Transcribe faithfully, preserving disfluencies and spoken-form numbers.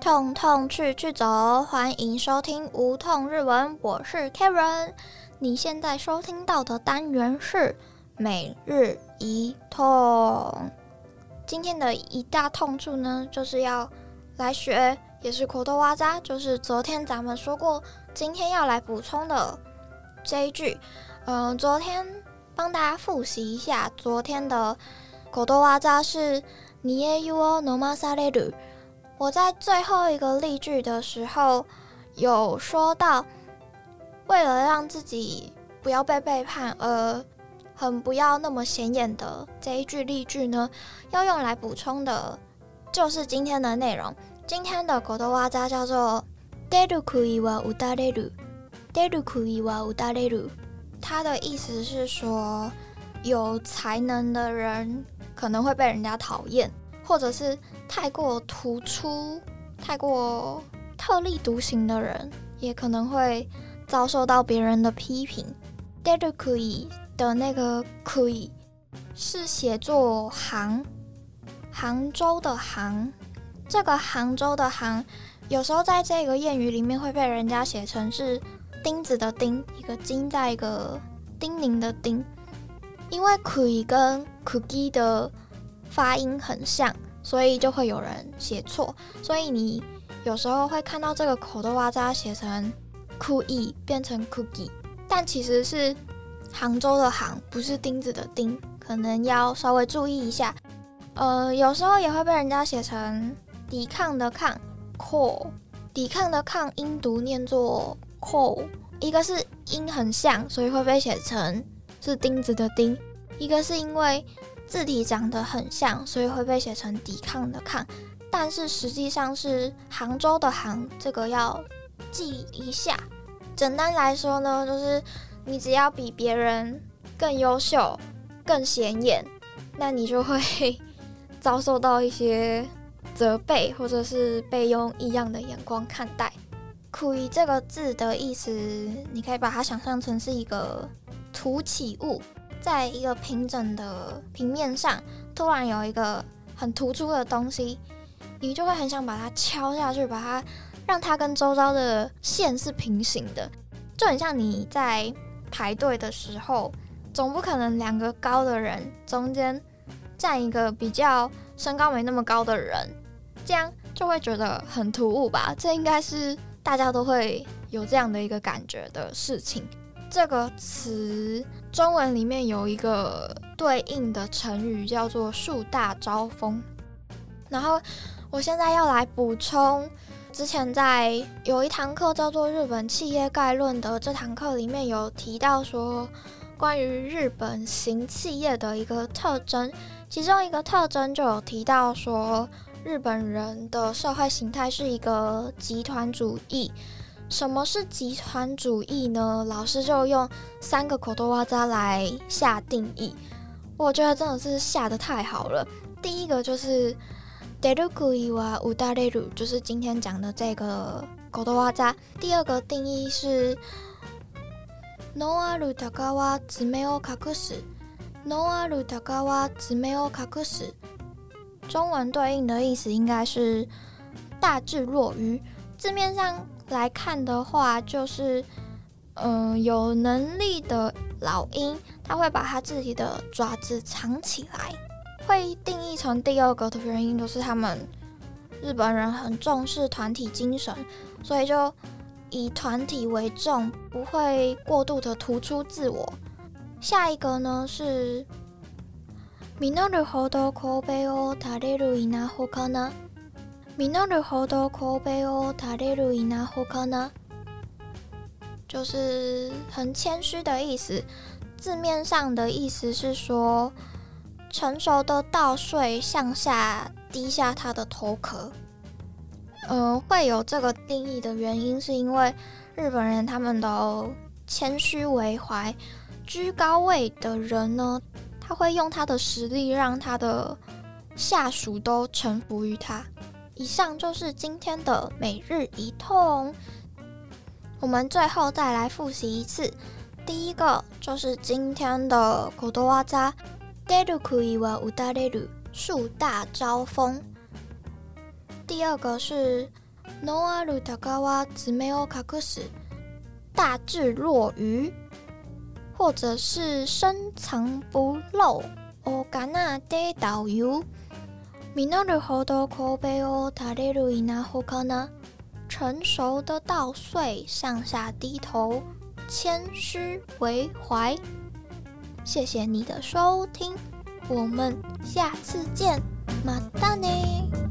痛痛去去走，欢迎收听无痛日文，我是 Karen。你现在收听到的单元是每日一痛。今天的一大痛处呢，就是要来学，也是口头哇喳，就是昨天咱们说过，今天要来补充的这一句。嗯、呃，昨天帮大家复习一下，昨天的口头哇喳是你也有我飲まされる。我在最后一个例句的时候有说到，为了让自己不要被背叛而很不要那么显眼的这一句例句呢，要用来补充的就是今天的内容。今天的口頭わざ叫做出る杭は打たれる，出る杭は打たれる。它的意思是说，有才能的人可能会被人家讨厌，或者是太过突出、太过特立独行的人，也可能会遭受到别人的批评。出る杭的那个杭是写作杭，杭州的杭。这个杭州的杭，有时候在这个谚语里面会被人家写成是钉子的钉，一个金在一个叮咛的叮。因为杭跟杭的发音很像，所以就会有人写错，所以你有时候会看到这个口头哇喳写成酷意变成 cookie， 但其实是杭州的杭，不是钉子的钉，可能要稍微注意一下。呃，有时候也会被人家写成抵抗的抗 call， 抵抗的抗音读念作 call， 一个是音很像，所以会被写成是钉子的钉，一个是因为字体长得很像，所以会被写成抵抗的抗，但是实际上是杭州的杭，这个要记一下。简单来说呢，就是你只要比别人更优秀、更显眼，那你就会遭受到一些责备，或者是被用异样的眼光看待。杭这个字的意思，你可以把它想象成是一个凸起物，在一个平整的平面上突然有一个很突出的东西，你就会很想把它敲下去，把它让它跟周遭的线是平行的。就很像你在排队的时候，总不可能两个高的人中间站一个比较身高没那么高的人，这样就会觉得很突兀吧。这应该是大家都会有这样的一个感觉的事情。这个词中文里面有一个对应的成语叫做树大招风，然后我现在要来补充之前在有一堂课叫做日本企业概论的这堂课里面有提到说，关于日本型企业的一个特征，其中一个特征就有提到说，日本人的社会形态是一个集团主义。什么是集团主义呢？老师就用三个口头哇喳来下定义，我觉得真的是下得太好了。第一个就是出る杭は打たれる，就是今天讲的这个口头哇喳。第二个定义是のある鷹は爪を隠す，のある鷹は爪を隠す。中文对应的意思应该是大智若愚。字面上来看的话，就是嗯、呃，有能力的老鹰，它会把它自己的爪子藏起来。会定义成第二个的原因，就是他们日本人很重视团体精神，所以就以团体为重，不会过度的突出自我。下一个呢是実るほど神戸を垂れる稲穂かな。実るほど神戸を垂れる稲穂かな，就是很谦虚的意思。字面上的意思是说，成熟的稻穗向下低下它的头壳。嗯、呃，会有这个定义的原因，是因为日本人他们都谦虚为怀，居高位的人呢，他会用他的实力让他的下属都臣服于他。以上就是今天的每日一痛，我们最后再来复习一次。第一个就是今天的口头哇喳，出る杭は打たれる，树大招风。第二个是のある鷹は爪を隠す，大智若愚，或者是深藏不露，お金で导遊。実るほど神戸を垂れる稲穂かな。成熟的稻穗向下低头，谦虚为怀。谢谢你的收听，我们下次见，またね。